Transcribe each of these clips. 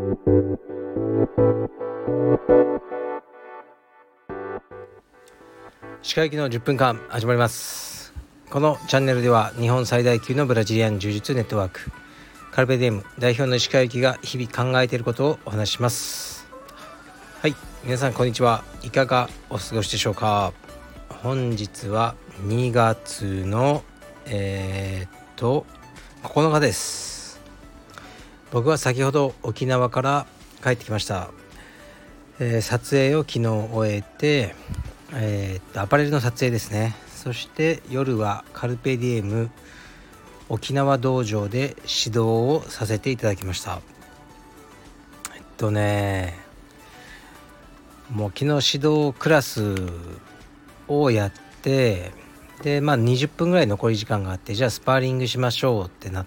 歯科医の10分間始まります。このチャンネルでは日本最大級のブラジリアン柔術ネットワークカルペディエム代表の歯科医が日々考えていることをお話します。はい、皆さんこんにちは。いかがお過ごしでしょうか。本日は2月の9日です。僕は先ほど沖縄から帰ってきました。撮影を昨日終えてアパレルの撮影ですね。そして夜はカルペディエム沖縄道場で指導をさせていただきました。もう昨日指導クラスをやってで20分ぐらい残り時間があって、じゃあスパーリングしましょうってなって、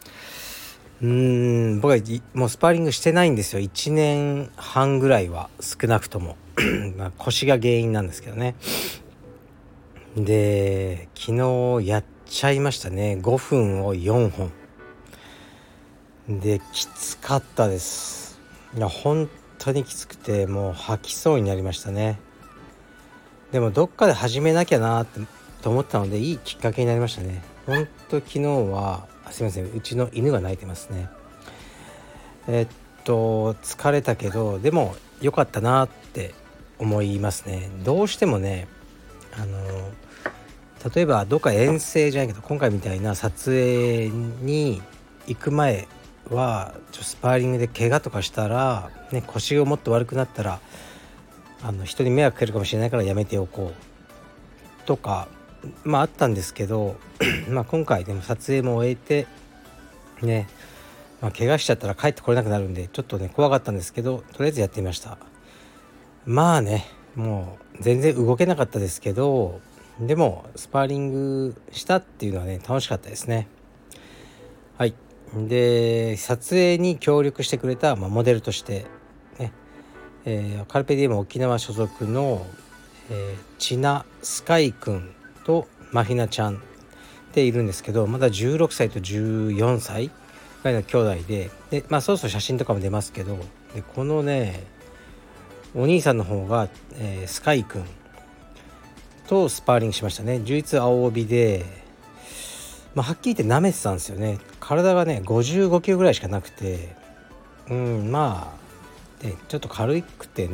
僕はもうスパーリングしてないんですよ。1年半ぐらいは少なくとも腰が原因なんですけどね。で昨日やっちゃいましたね。5分を4本できつかったです。いや本当にきつくてもう吐きそうになりましたね。でもどっかで始めなきゃなと思ったので、いいきっかけになりましたね。本当昨日はすいません、うちの犬が鳴いてますね。疲れたけどでも良かったなって思いますね。どうしてもね、例えばどっか遠征じゃないけど今回みたいな撮影に行く前はスパーリングで怪我とかしたら、腰がもっと悪くなったら人に迷惑かけるかもしれないからやめておこうとかあったんですけど今回でも撮影も終えてね、怪我しちゃったら帰ってこれなくなるんでちょっと怖かったんですけど、とりあえずやってみました。もう全然動けなかったですけど、でもスパーリングしたっていうのは楽しかったですね。はい。で撮影に協力してくれた、モデルとしてカルペディエム沖縄所属の、チナスカイくんとマヒナちゃんっているんですけど、まだ16歳と14歳ぐらいの兄弟で、そろそろ写真とかも出ますけど、でこのお兄さんの方が、スカイくんとスパーリングしましたね。充実青帯で、はっきり言って舐めてたんですよね。体が55キロぐらいしかなくて、ちょっと軽くて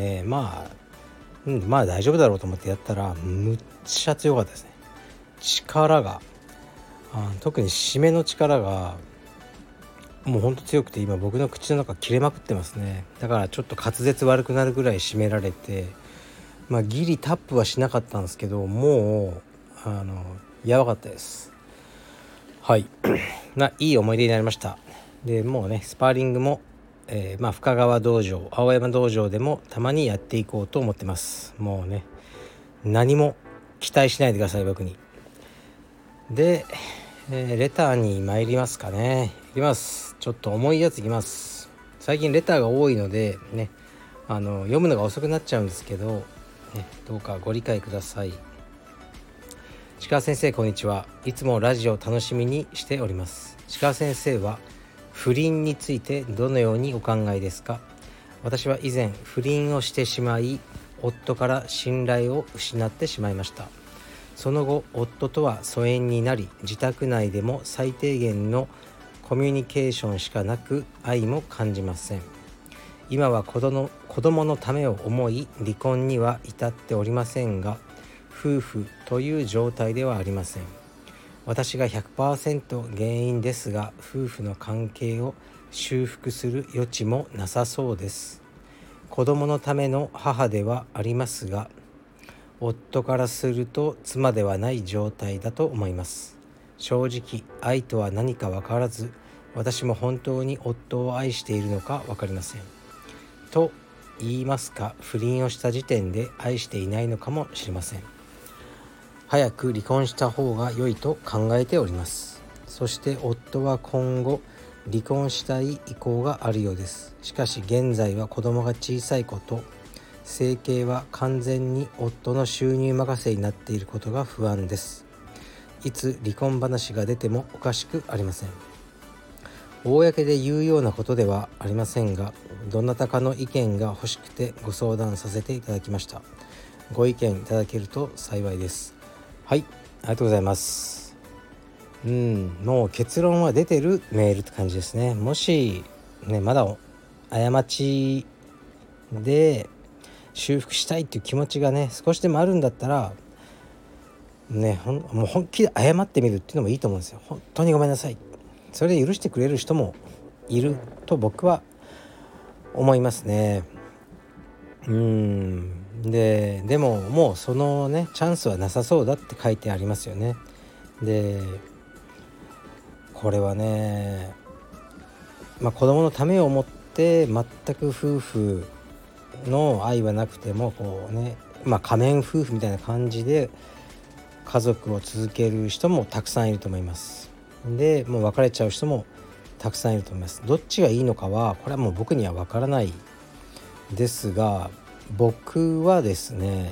大丈夫だろうと思ってやったらむっちゃ強かったですね。力が特に締めの力がもうほんと強くて、今僕の口の中切れまくってますね。だからちょっと滑舌悪くなるぐらい締められて、ギリタップはしなかったんですけど、もうやばかったです。はいいい思い出になりました。でもうスパーリングも深川道場青山道場でもたまにやっていこうと思ってます。もう何も期待しないでください、僕に。で、レターに参りますかね。いきます。ちょっと重いやついきます。最近レターが多いので読むのが遅くなっちゃうんですけど、どうかご理解ください。石川先生こんにちは。いつもラジオ楽しみにしております。石川先生は不倫についてどのようにお考えですか？私は以前不倫をしてしまい、夫から信頼を失ってしまいました。その後夫とは疎遠になり、自宅内でも最低限のコミュニケーションしかなく、愛も感じません。今は子供のためを思い離婚には至っておりませんが、夫婦という状態ではありません。私が 100% 原因ですが、夫婦の関係を修復する余地もなさそうです。子供のための母ではありますが、夫からすると妻ではない状態だと思います。正直愛とは何か分からず、私も本当に夫を愛しているのか分かりません。と言いますか、不倫をした時点で愛していないのかもしれません。早く離婚した方が良いと考えております。そして夫は今後離婚したい意向があるようです。しかし現在は子供が小さいこと、生計は完全に夫の収入任せになっていることが不安です。いつ離婚話が出てもおかしくありません。 公で言うようなことではありませんが、どなたかの意見が欲しくてご相談させていただきました。ご意見いただけると幸いです。はい、ありがとうございます。もう結論は出てるメールって感じですね。もしね、まだ過ちで修復したいっていう気持ちがね少しでもあるんだったらね、もう本気で謝ってみるっていうのもいいと思うんですよ。本当にごめんなさい、それで許してくれる人もいると僕は思いますね。でももうそのねチャンスはなさそうだって書いてありますよね。でこれはね、子供のためを思って全く夫婦の愛はなくてもこうね、仮面夫婦みたいな感じで家族を続ける人もたくさんいると思います。でもう別れちゃう人もたくさんいると思います。どっちがいいのかはこれはもう僕には分からないですが、僕はですね、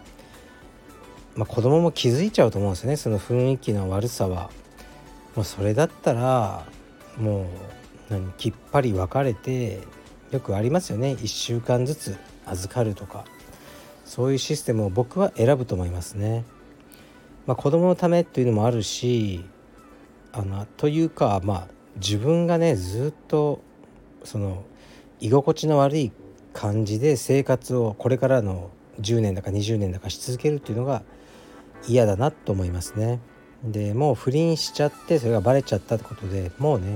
子供も気づいちゃうと思うんですよね、その雰囲気の悪さは。もうそれだったらもうきっぱり別れて、よくありますよね、1週間ずつ預かるとか、そういうシステムを僕は選ぶと思いますね。子供のためというのもあるし、というか自分がねずっとその居心地の悪い感じで生活をこれからの10年だか20年だかし続けるっていうのが嫌だなと思いますね。でもう不倫しちゃってそれがバレちゃったってことでもうね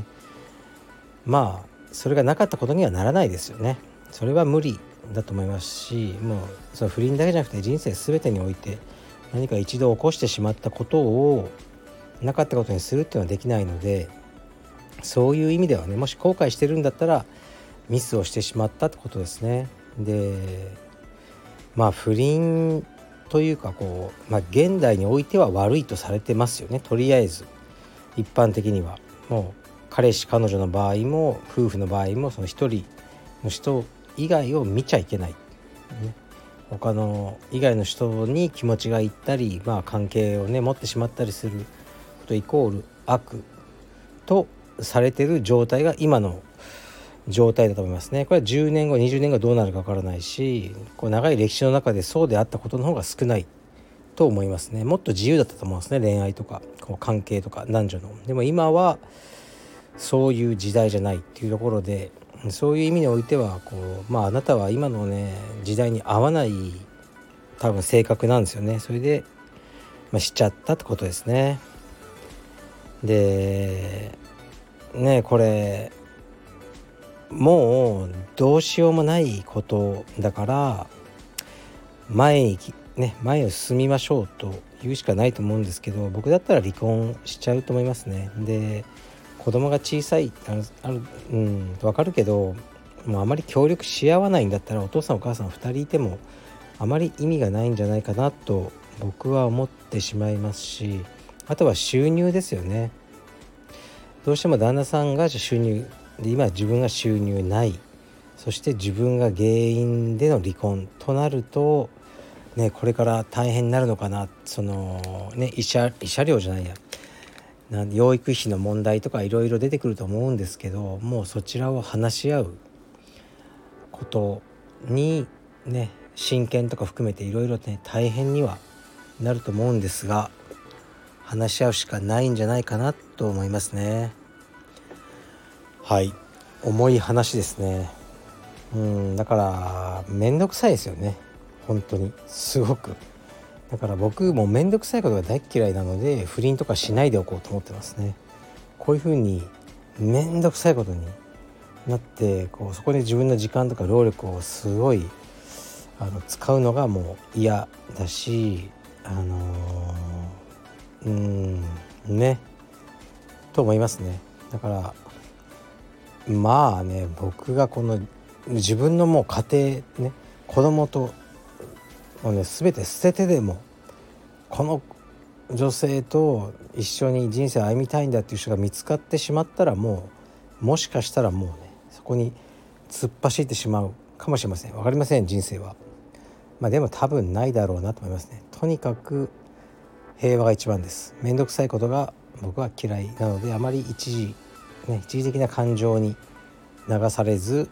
それがなかったことにはならないですよね。それは無理だと思いますし、もうその不倫だけじゃなくて人生全てにおいて何か一度起こしてしまったことをなかったことにするっていうのはできないので、そういう意味ではね、もし後悔してるんだったらミスをしてしまったってことですね。で不倫というか現代においては悪いとされてますよね。とりあえず一般的にはもう彼氏彼女の場合も夫婦の場合もその一人の人以外を見ちゃいけない、他の以外の人に気持ちがいったり、関係をね持ってしまったりすることイコール悪とされている状態が今の状態だと思いますね。これは10年後20年後どうなるかわからないし、長い歴史の中でそうであったことの方が少ないと思いますね。もっと自由だったと思うんですね、恋愛とか関係とか男女の。でも今はそういう時代じゃないっていうところで、そういう意味においてはあなたは今のね時代に合わない多分性格なんですよね。それで、しちゃったってことですね。でこれもうどうしようもないことだから前を進みましょうと言うしかないと思うんですけど、僕だったら離婚しちゃうと思いますね。で子供が小さい分かるけど、もうあまり協力し合わないんだったらお父さんお母さん2人いてもあまり意味がないんじゃないかなと僕は思ってしまいますし、あとは収入ですよね。どうしても旦那さんが収入で今自分が収入ない、そして自分が原因での離婚となるとこれから大変になるのかな。慰謝料じゃないや、養育費の問題とかいろいろ出てくると思うんですけど、もうそちらを話し合うことに親権とか含めていろいろ大変にはなると思うんですが、話し合うしかないんじゃないかなと思いますね。はい、重い話ですね。だからめんどくさいですよね、本当にすごく。だから僕もめんどくさいことが大嫌いなので不倫とかしないでおこうと思ってますね。こういう風にめんどくさいことになってそこで自分の時間とか労力をすごい使うのがもう嫌だし、と思いますね。だから僕が自分のもう家庭子供と全て捨ててでもこの女性と一緒に人生を歩みたいんだっていう人が見つかってしまったらもしかしたらもうそこに突っ走ってしまうかもしれません。わかりません、人生は。でも多分ないだろうなと思いますね。とにかく平和が一番です。めんどくさいことが僕は嫌いなので、あまり一時一時的な感情に流されず、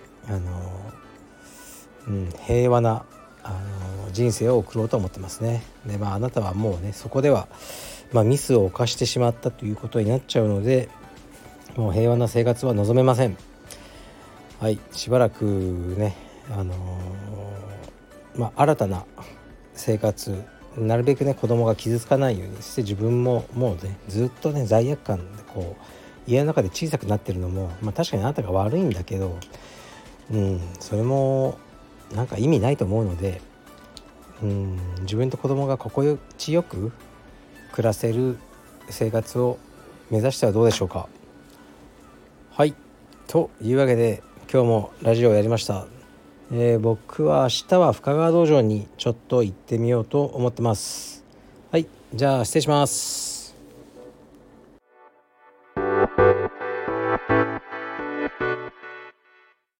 平和な人生を送ろうと思ってますね。で、あなたはもうねそこでは、ミスを犯してしまったということになっちゃうので、もう平和な生活は望めません。はい、しばらくね新たな生活、なるべくね子供が傷つかないようにして、自分ももうねずっとね罪悪感で家の中で小さくなってるのも、確かにあなたが悪いんだけど、それもなんか意味ないと思うので、自分と子供が心地よく暮らせる生活を目指してはどうでしょうか。はい、というわけで今日もラジオをやりました。僕は明日は深川道場にちょっと行ってみようと思ってます。はい、じゃあ失礼します。